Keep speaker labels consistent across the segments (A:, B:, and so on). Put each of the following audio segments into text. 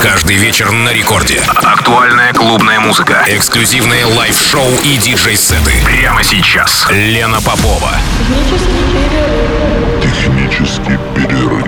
A: Каждый вечер на рекорде. Актуальная клубная музыка, эксклюзивные лайв-шоу и диджей-сеты. Прямо сейчас. Лена Попова.
B: Технический перерыв.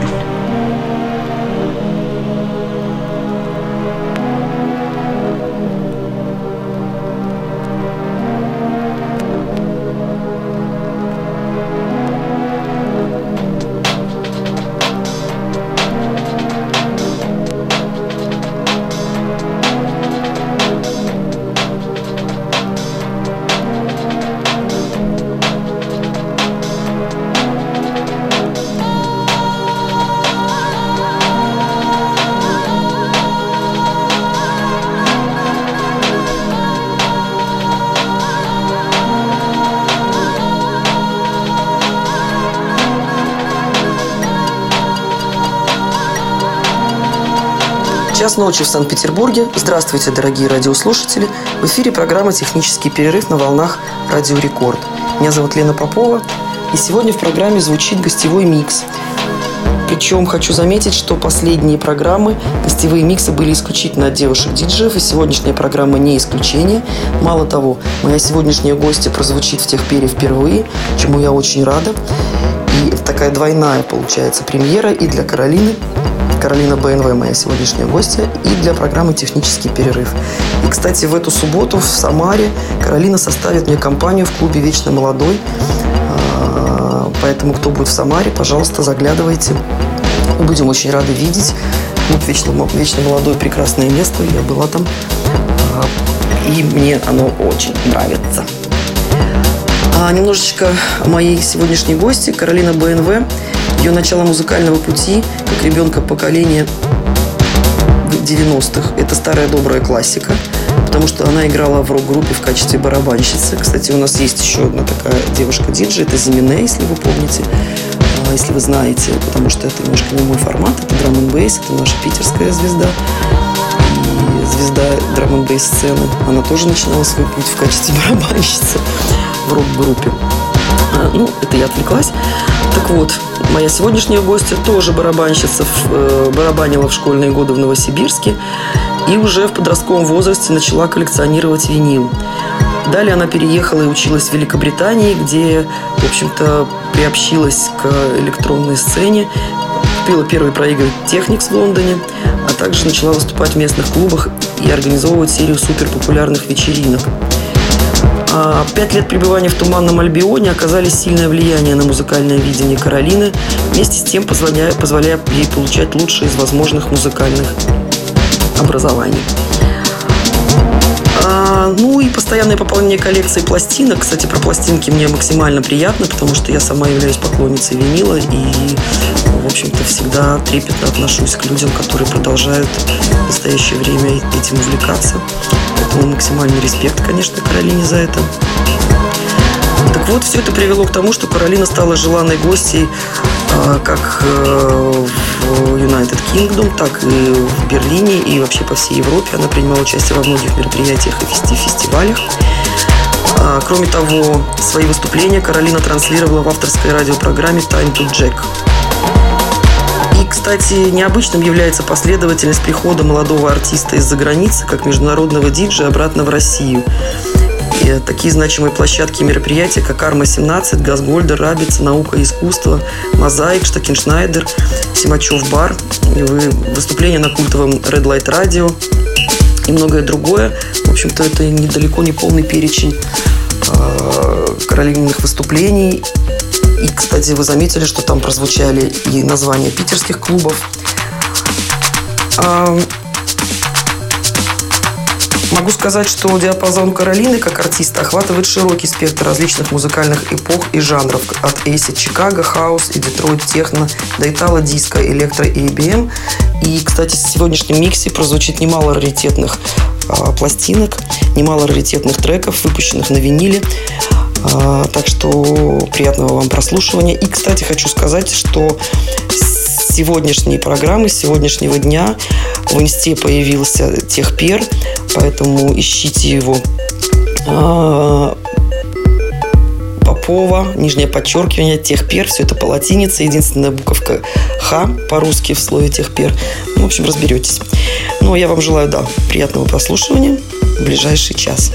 C: Час ночи в Санкт-Петербурге. Здравствуйте, дорогие радиослушатели. В эфире программа «Технический перерыв» на волнах Радио Рекорд. Меня зовут Лена Попова. И сегодня в программе звучит гостевой микс. Причем хочу заметить, что последние программы, гостевые миксы были исключительно от девушек-диджеев, и сегодняшняя программа не исключение. Мало того, моя сегодняшняя гостья прозвучит в Техпере впервые, чему я очень рада. И это такая двойная, получается, премьера и для Каролины. Каролина БНВ, моя сегодняшняя гостья, и для программы «Технический перерыв». И, кстати, в эту субботу в Самаре Каролина составит мне компанию в клубе «Вечно молодой». Поэтому, кто будет в Самаре, пожалуйста, заглядывайте. Мы будем очень рады видеть. Клуб «Вечно молодой» – прекрасное место. Я была там. И мне оно очень нравится. Немножечко о моей сегодняшней гости, Каролина БНВ. Ее начало музыкального пути, как ребенка поколения 90-х. Это старая добрая классика, потому что она играла в рок-группе в качестве барабанщицы. Кстати, у нас есть еще одна такая девушка-диджей, это Зимине, если вы помните, если вы знаете, потому что это немножко не мой формат, это драм-н-бейс, это наша питерская звезда. И звезда драм-н-бейс сцены, она тоже начинала свой путь в качестве барабанщицы в рок-группе. Это я отвлеклась. Так вот, моя сегодняшняя гостья тоже барабанщица, барабанила в школьные годы в Новосибирске и уже в подростковом возрасте начала коллекционировать винил. Далее она переехала и училась в Великобритании, где, в общем-то, приобщилась к электронной сцене, купила первый проигрыватель Technics в Лондоне, а также начала выступать в местных клубах и организовывать серию суперпопулярных вечеринок. 5 лет пребывания в Туманном Альбионе оказали сильное влияние на музыкальное видение Каролины, вместе с тем позволяя ей получать лучшее из возможных музыкальных образований. И постоянное пополнение коллекции пластинок. Кстати, про пластинки мне максимально приятно, потому что я сама являюсь поклонницей винила и, в общем-то, всегда трепетно отношусь к людям, которые продолжают в настоящее время этим увлекаться. Поэтому максимальный респект, конечно, Каролине за это. Так вот, все это привело к тому, что Каролина стала желанной гостьей как в United Kingdom, так и в Берлине, и вообще по всей Европе. Она принимала участие во многих мероприятиях и фестивалях. Кроме того, свои выступления Каролина транслировала в авторской радиопрограмме «Time to Jack». И, кстати, необычным является последовательность прихода молодого артиста из-за границы, как международного диджея, обратно в Россию. И такие значимые площадки и мероприятия, как «Арма-17», «Газгольдер», «Рабица», «Наука и искусство», «Мозаик», «Штакеншнайдер», «Симачев бар», выступления на культовом Red Light Radio и многое другое. В общем-то, это недалеко не полный перечень Каролининых выступлений. И, кстати, вы заметили, что там прозвучали и названия питерских клубов. Могу сказать, что диапазон Каролины как артиста охватывает широкий спектр различных музыкальных эпох и жанров. От эйсид Чикаго, хаус и Детройт техно до итало, диско, электро и EBM. И, кстати, в сегодняшнем миксе прозвучит немало раритетных пластинок, немало раритетных треков, выпущенных на виниле. Так что приятного вам прослушивания. И, кстати, хочу сказать, что с сегодняшней программы, с сегодняшнего дня в Инсте появился Техпер, поэтому ищите его. Попова, нижнее подчеркивание, Техпер, все это по латинице, единственная буковка Х по-русски в слове Техпер. В общем, разберетесь. Ну, я вам желаю, да, приятного прослушивания в ближайший час.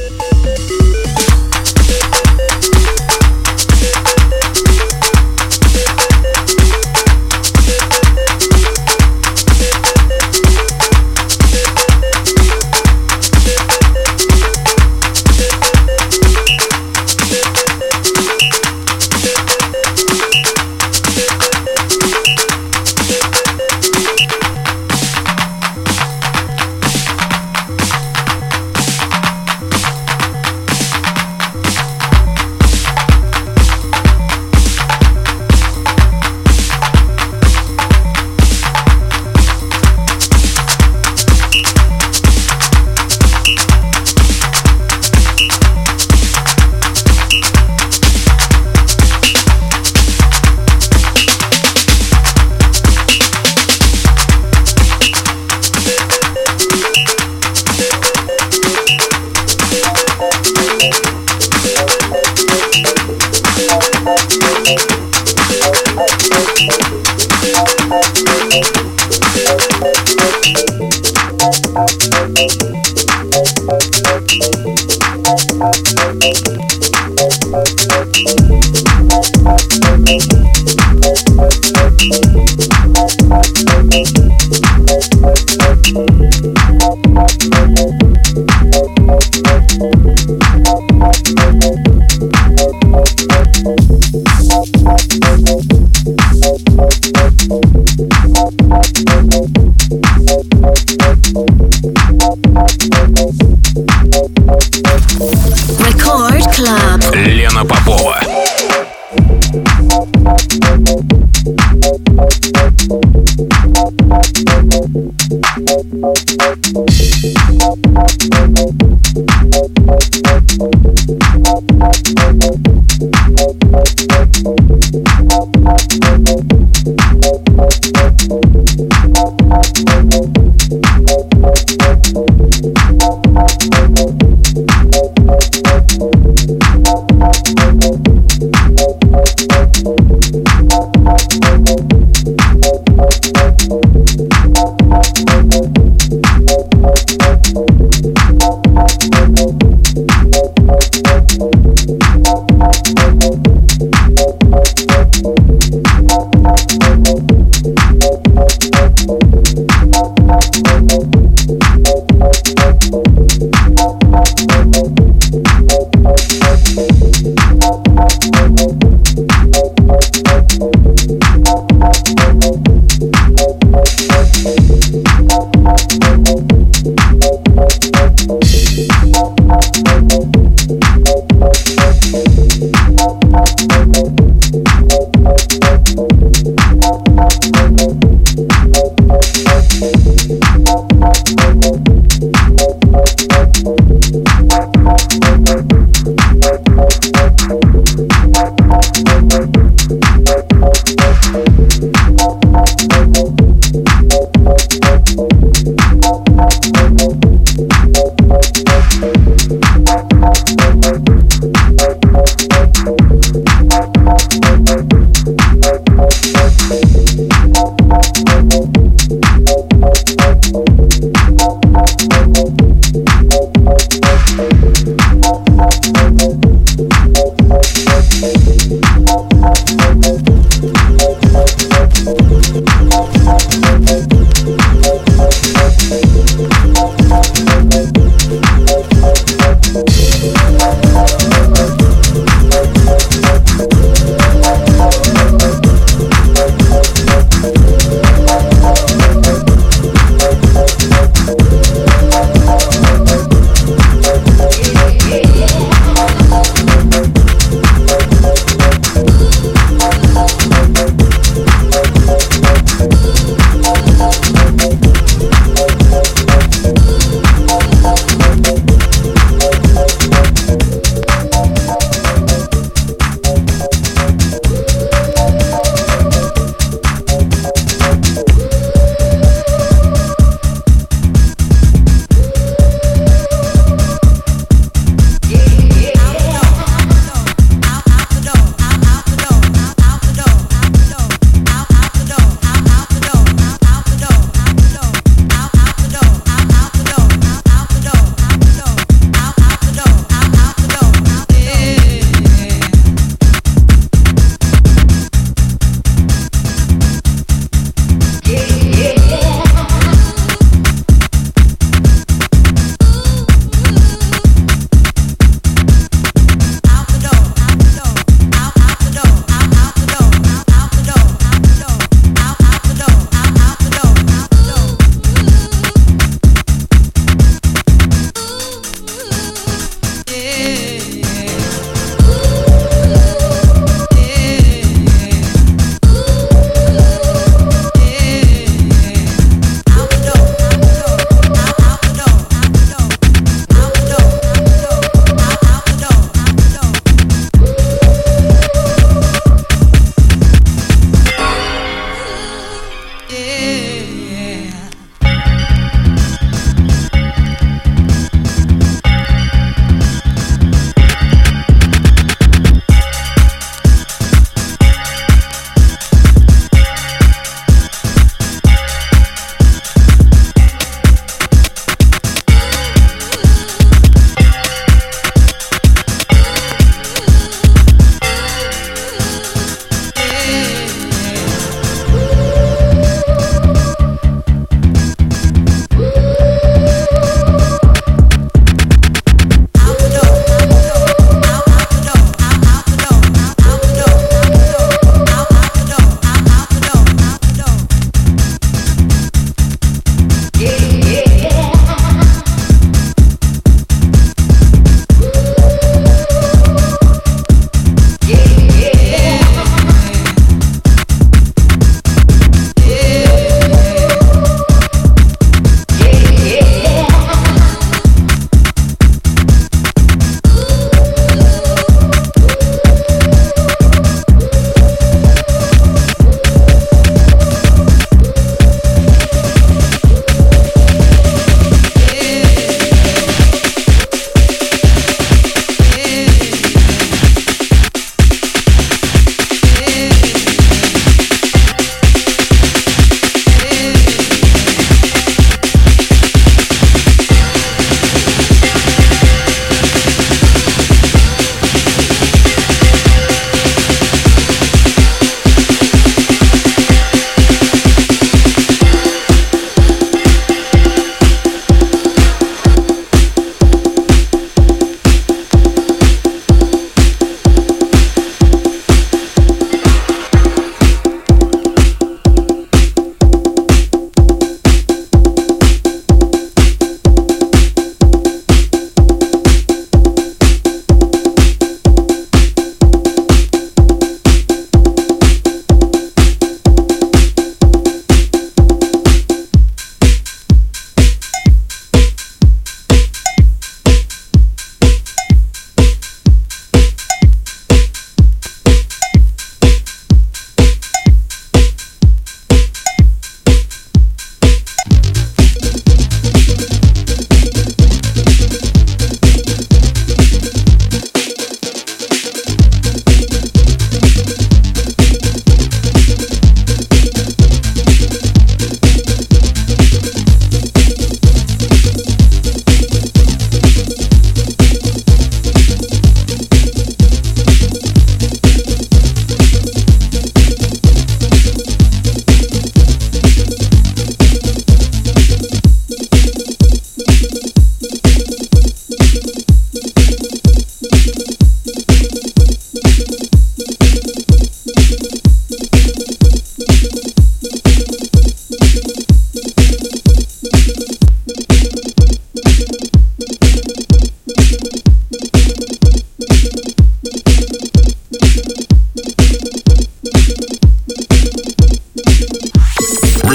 A: Лена Попова.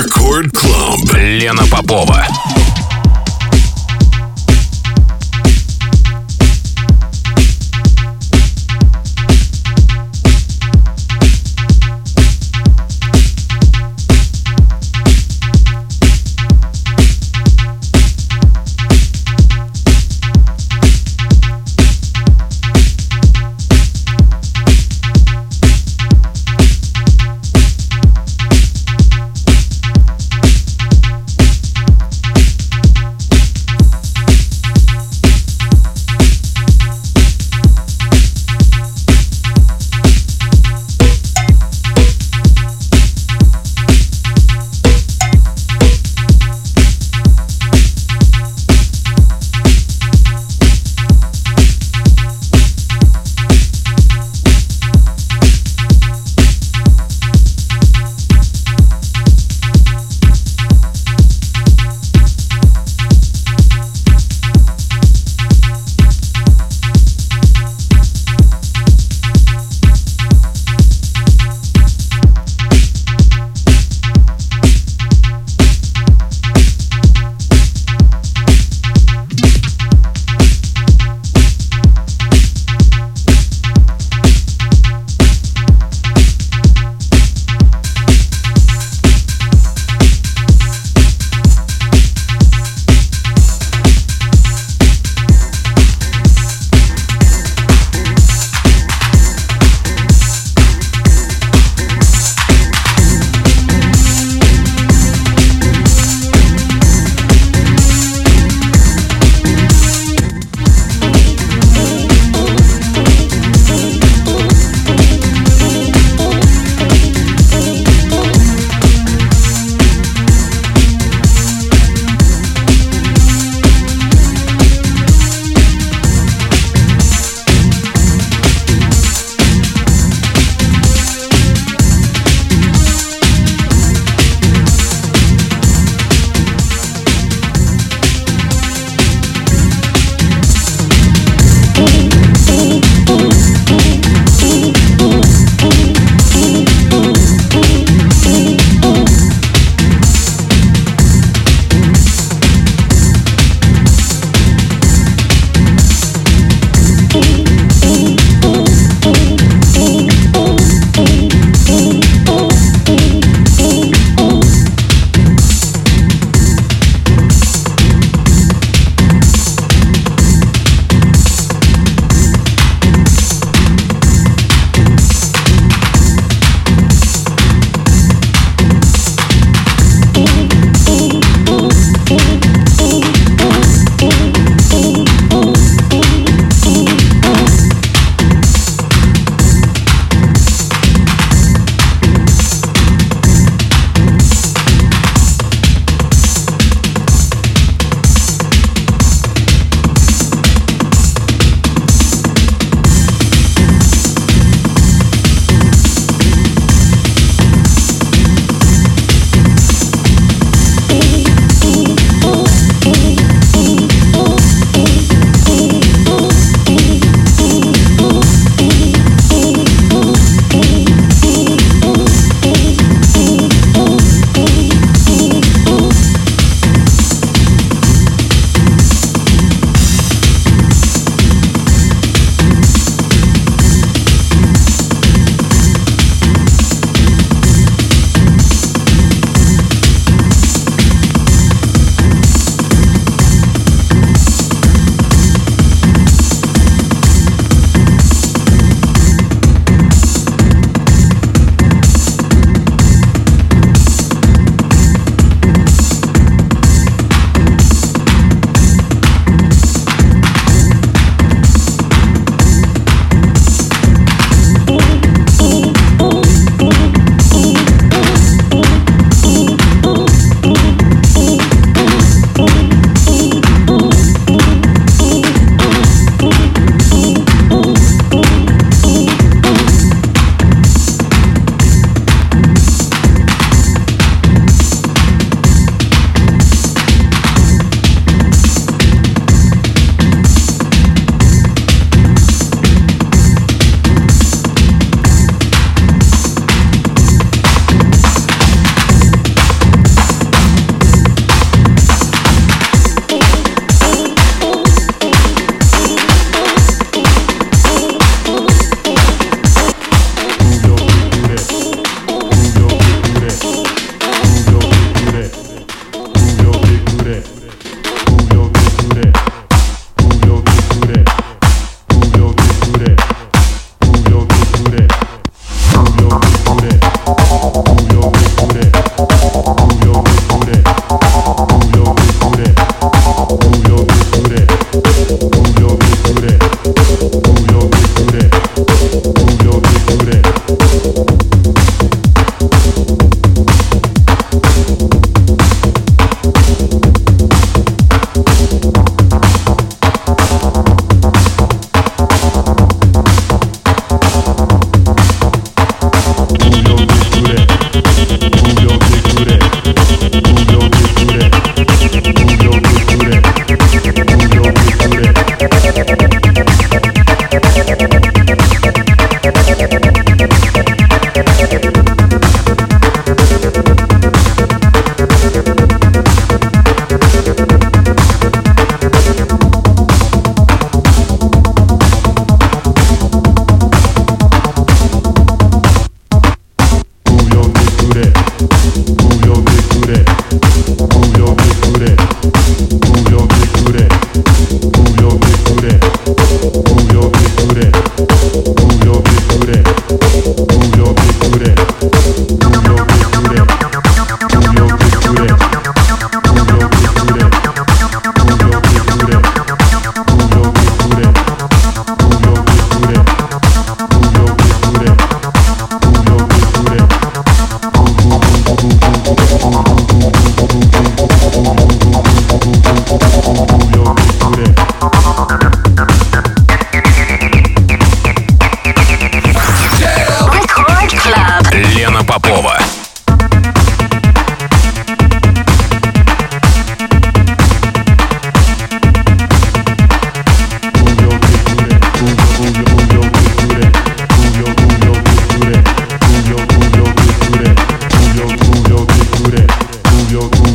A: Рекорд Клаб. Лена Попова.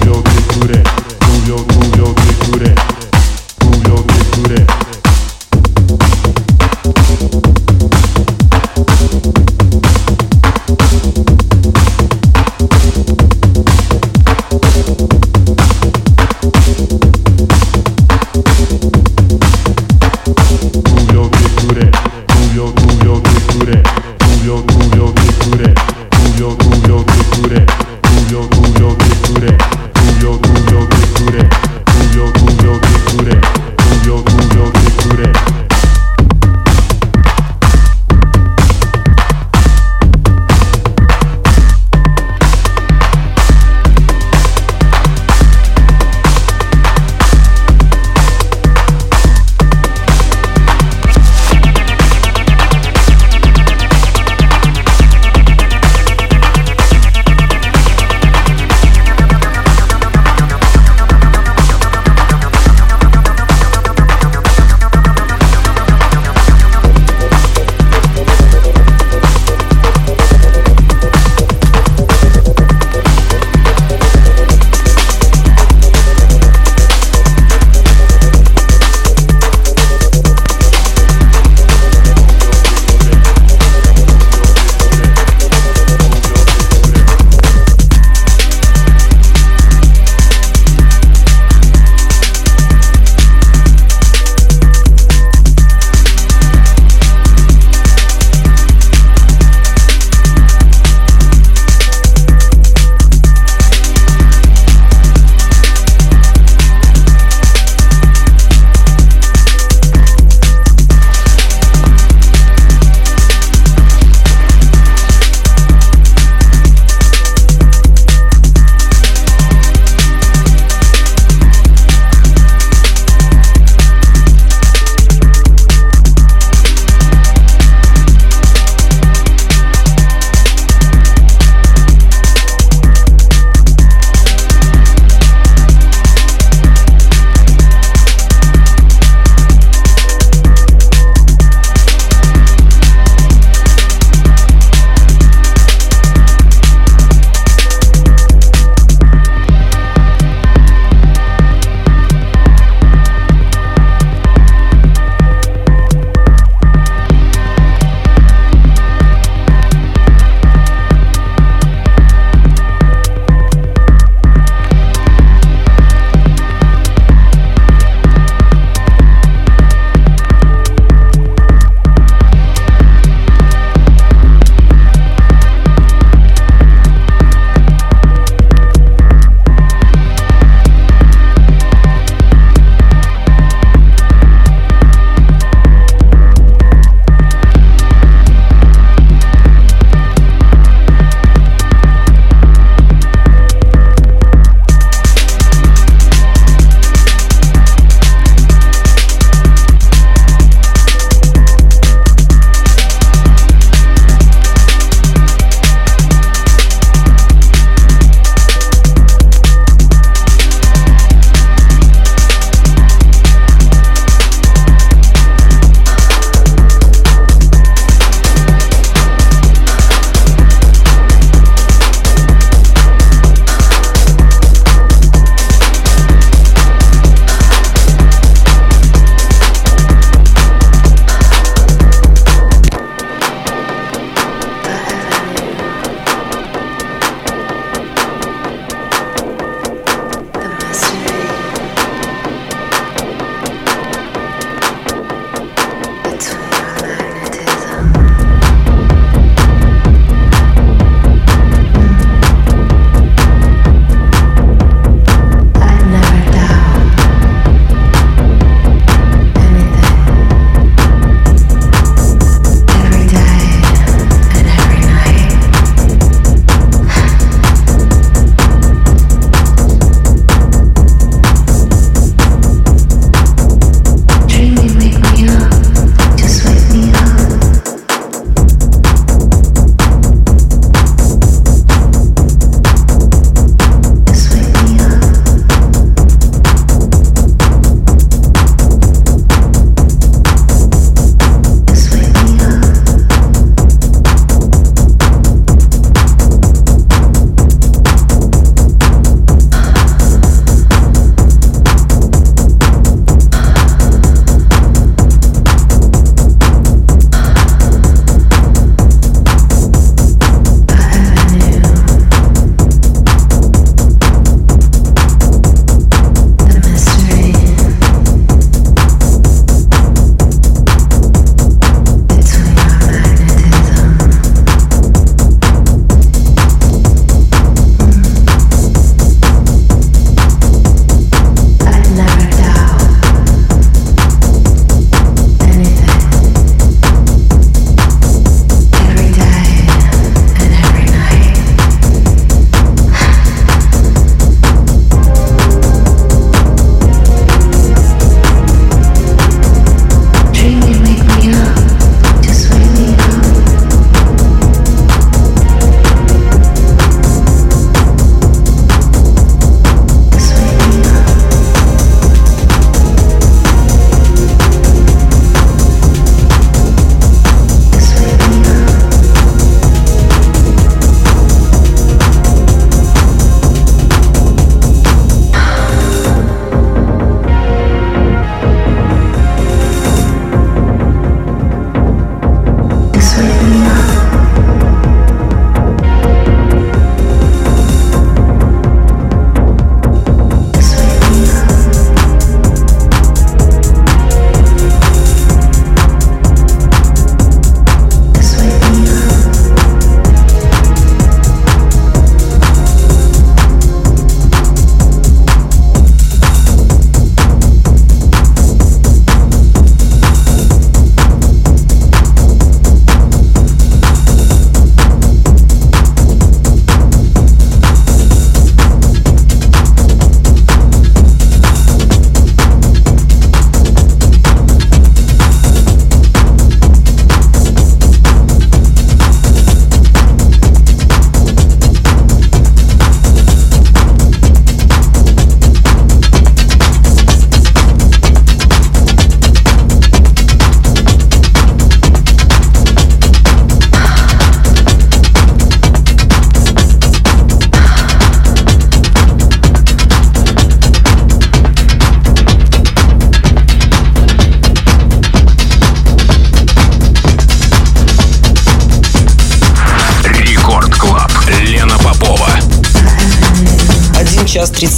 D: Move your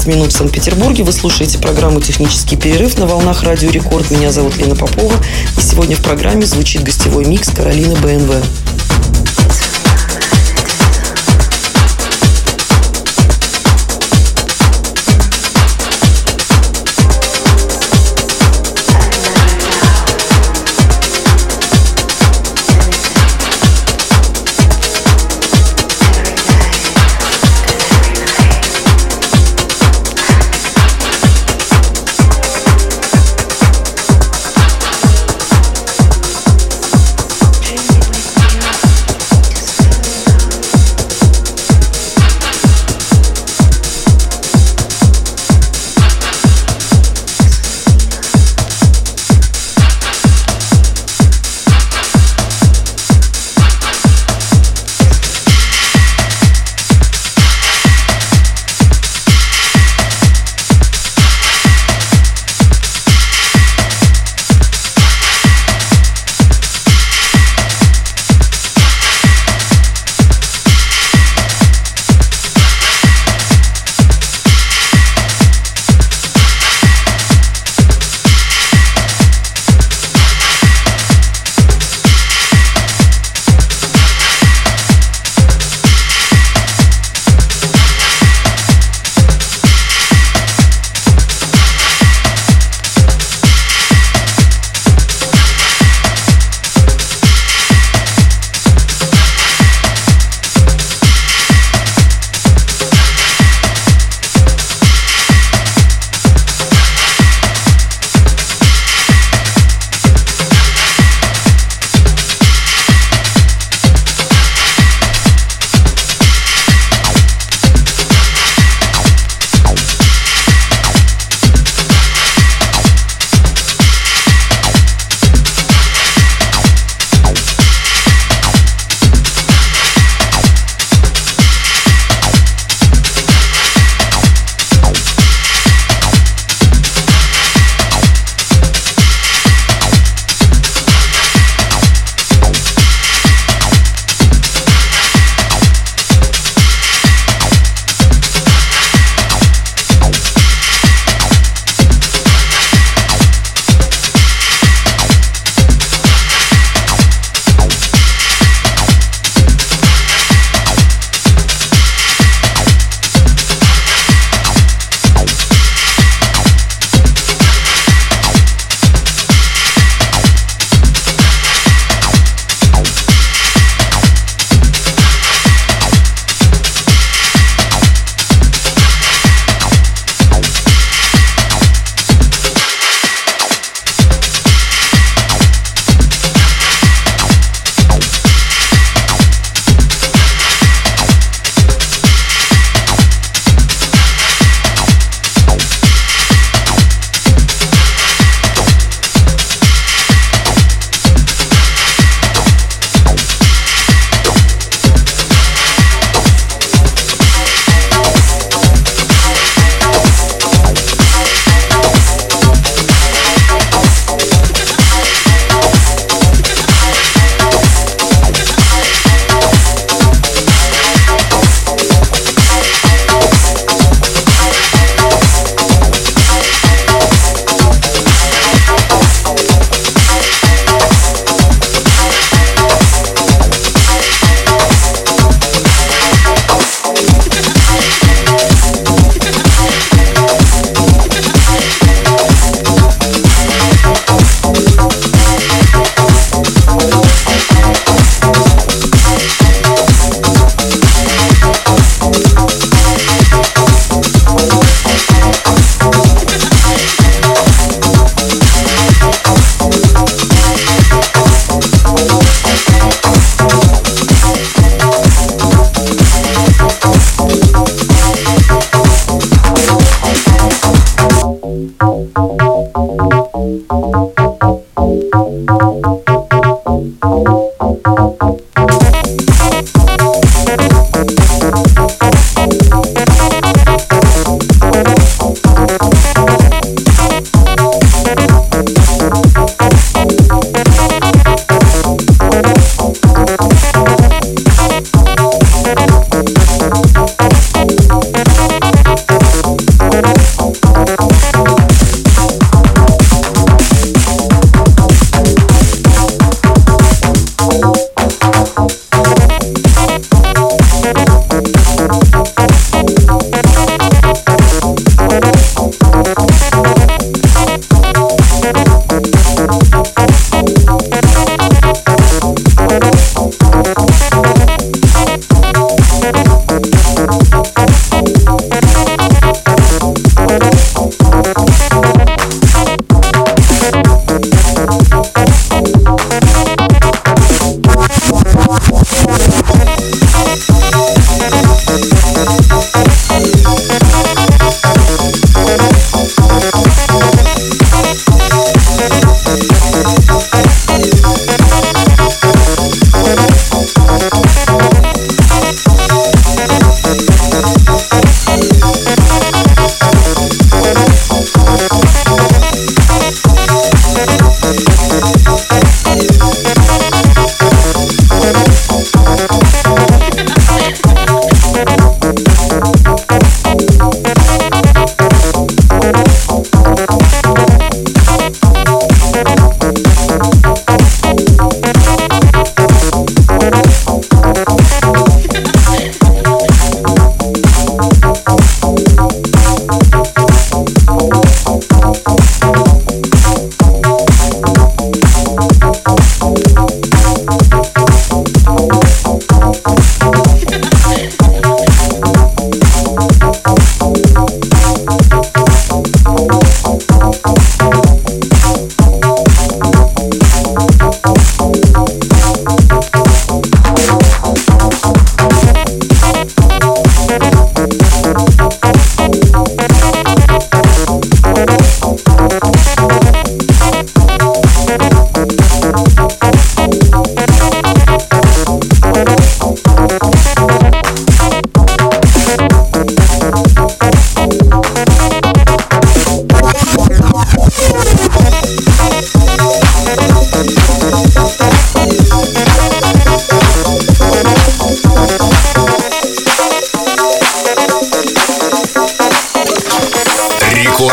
C: 19 минут в Санкт-Петербурге. Вы слушаете программу «Технический перерыв» на волнах Радио Рекорд. Меня зовут Лена Попова. И сегодня в программе звучит гостевой микс Каролины БНВ.
D: Dreaming with you.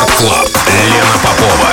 A: Рекорд Клаб. Лена Попова.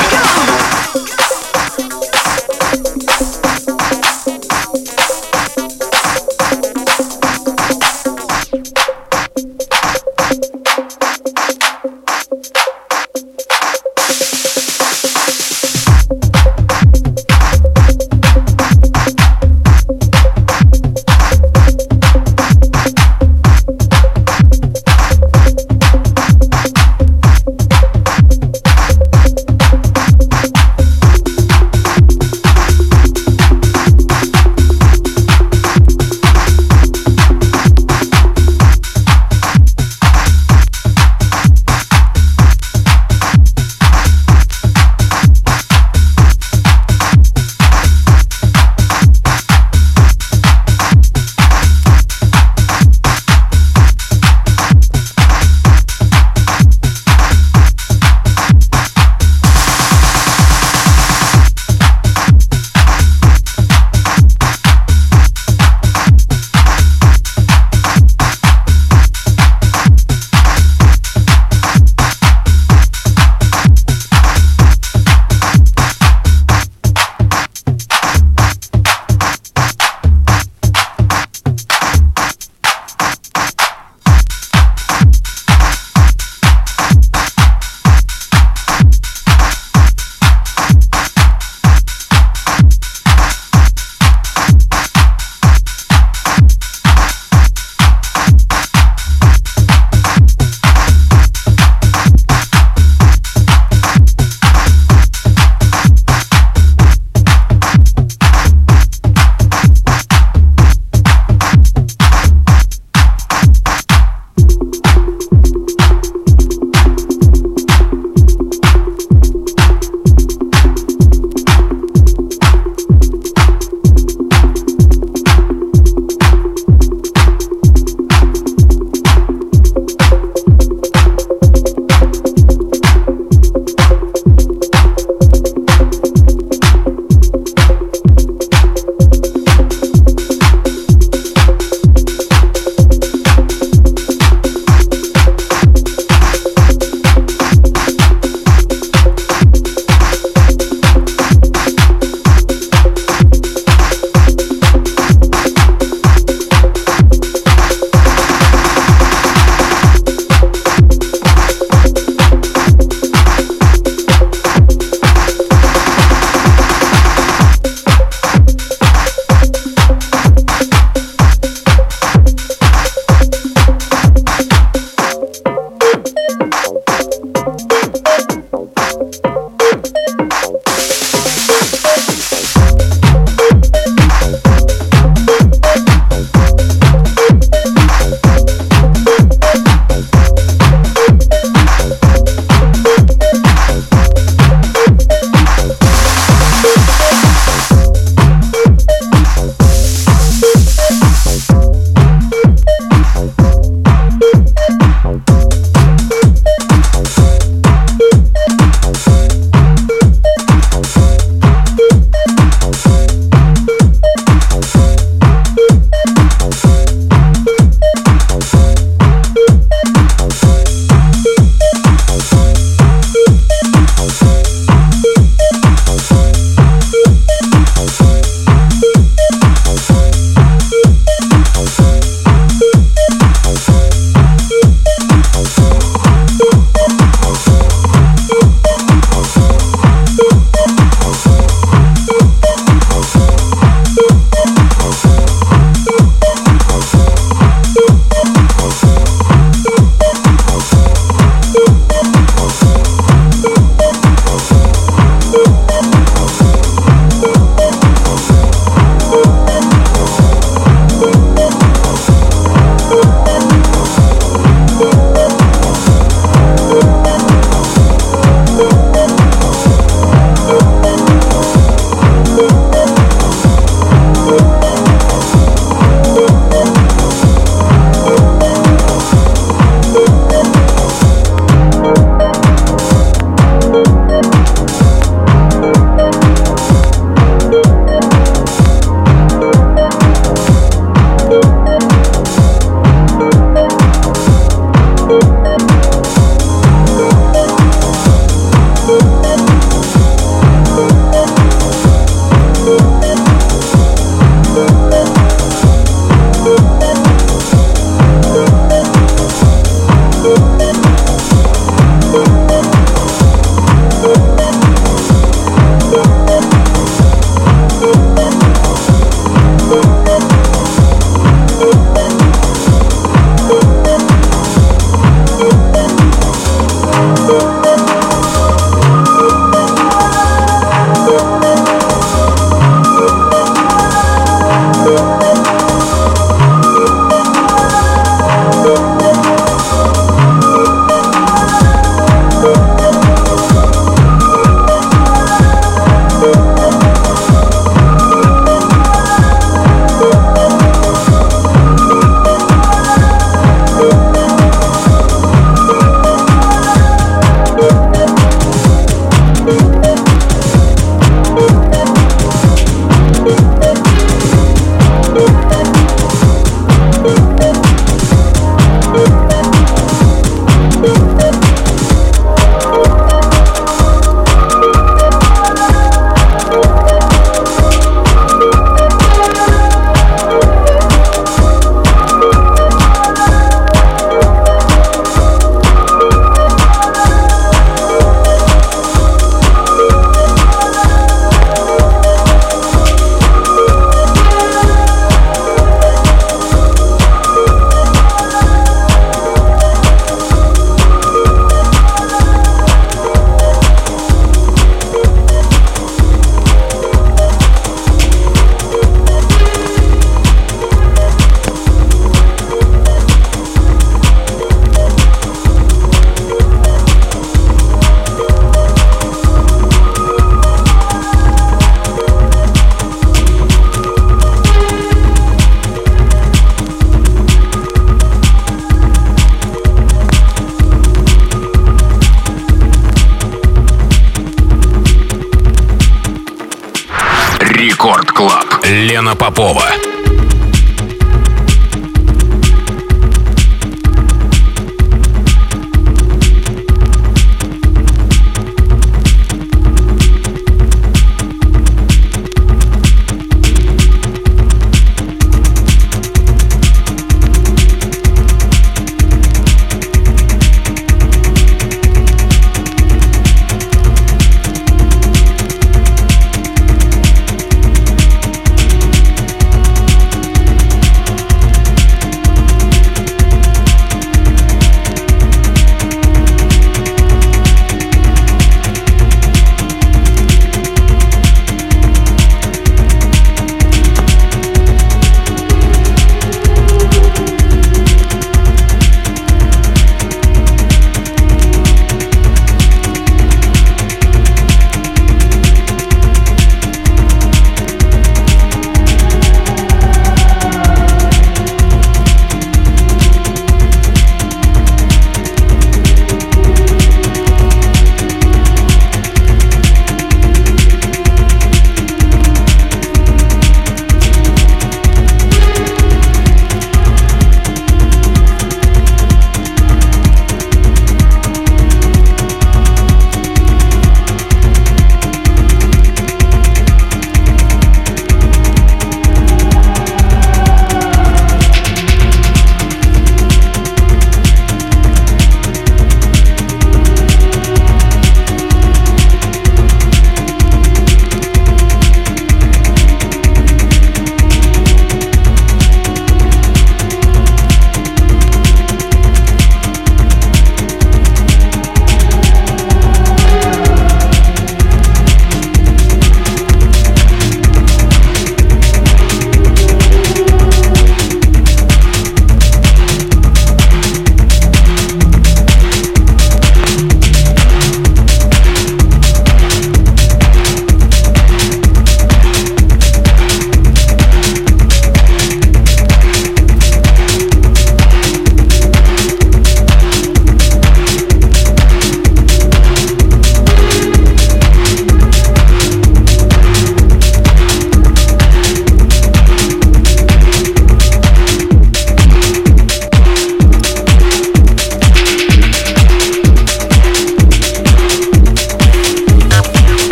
A: Лена Попова.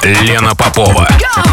A: Лена Попова.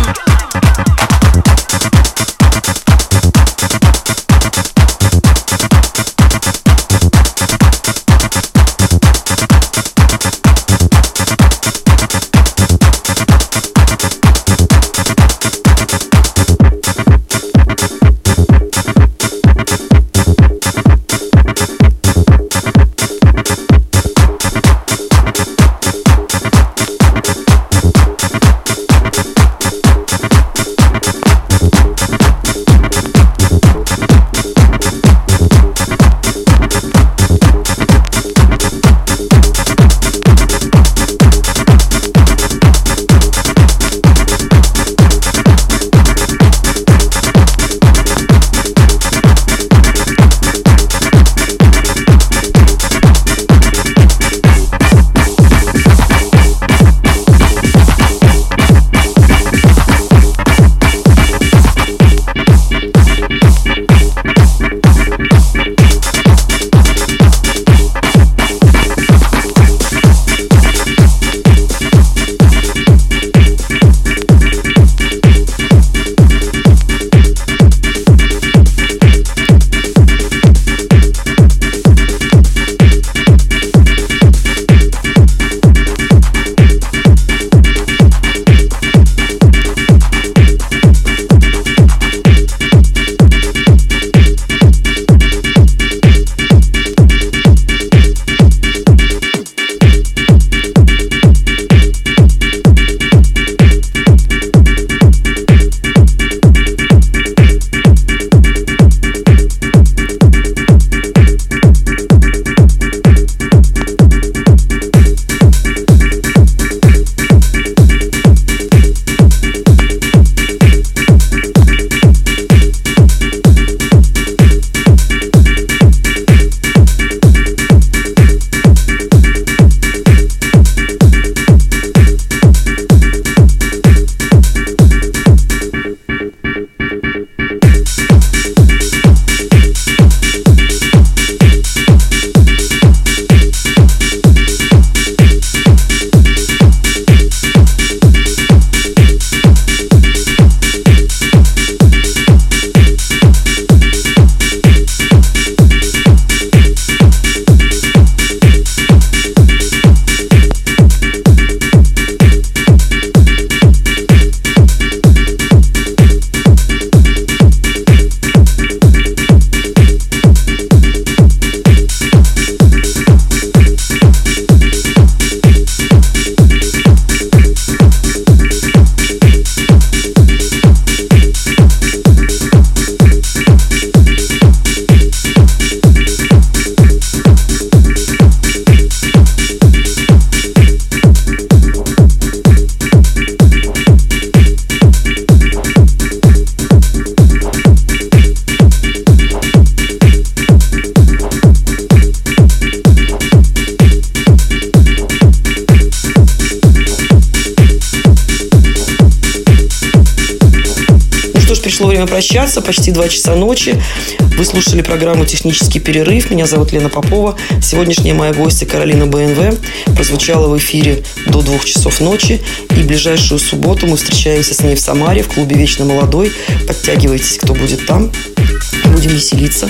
C: Пришло время прощаться. Почти 2 часа ночи. Вы слушали программу «Технический перерыв». Меня зовут Лена Попова. Сегодняшняя моя гостья Каролина БНВ прозвучала в эфире до 2 часов ночи. И в ближайшую субботу мы встречаемся с ней в Самаре, в клубе «Вечно молодой». Подтягивайтесь, кто будет там. Будем веселиться.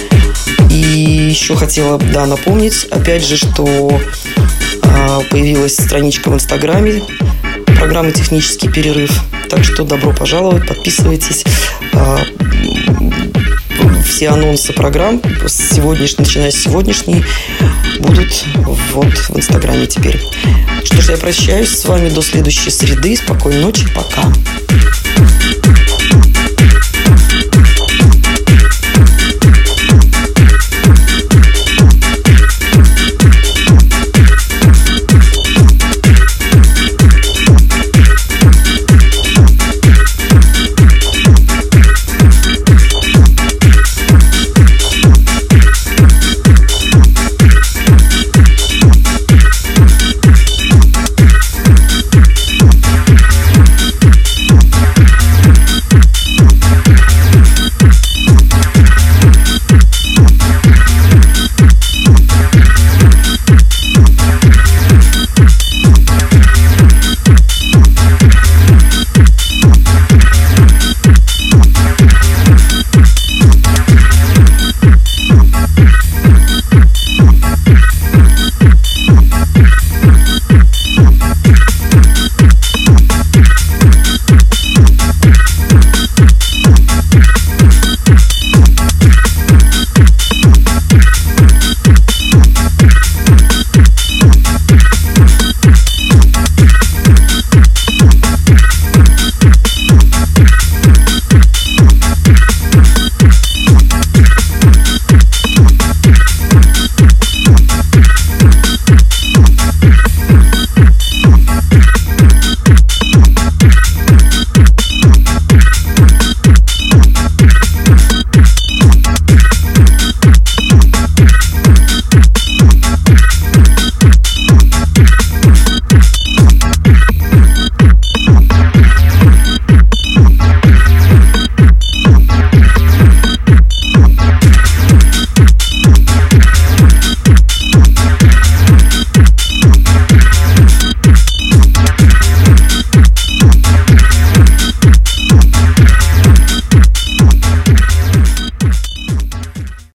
C: И еще хотела напомнить, опять же, что появилась страничка в Инстаграме программы «Технический перерыв». Так что добро пожаловать, подписывайтесь. Все анонсы программ, начиная с сегодняшней, будут в Инстаграме теперь. Что ж, я прощаюсь с вами до следующей среды. Спокойной ночи, пока.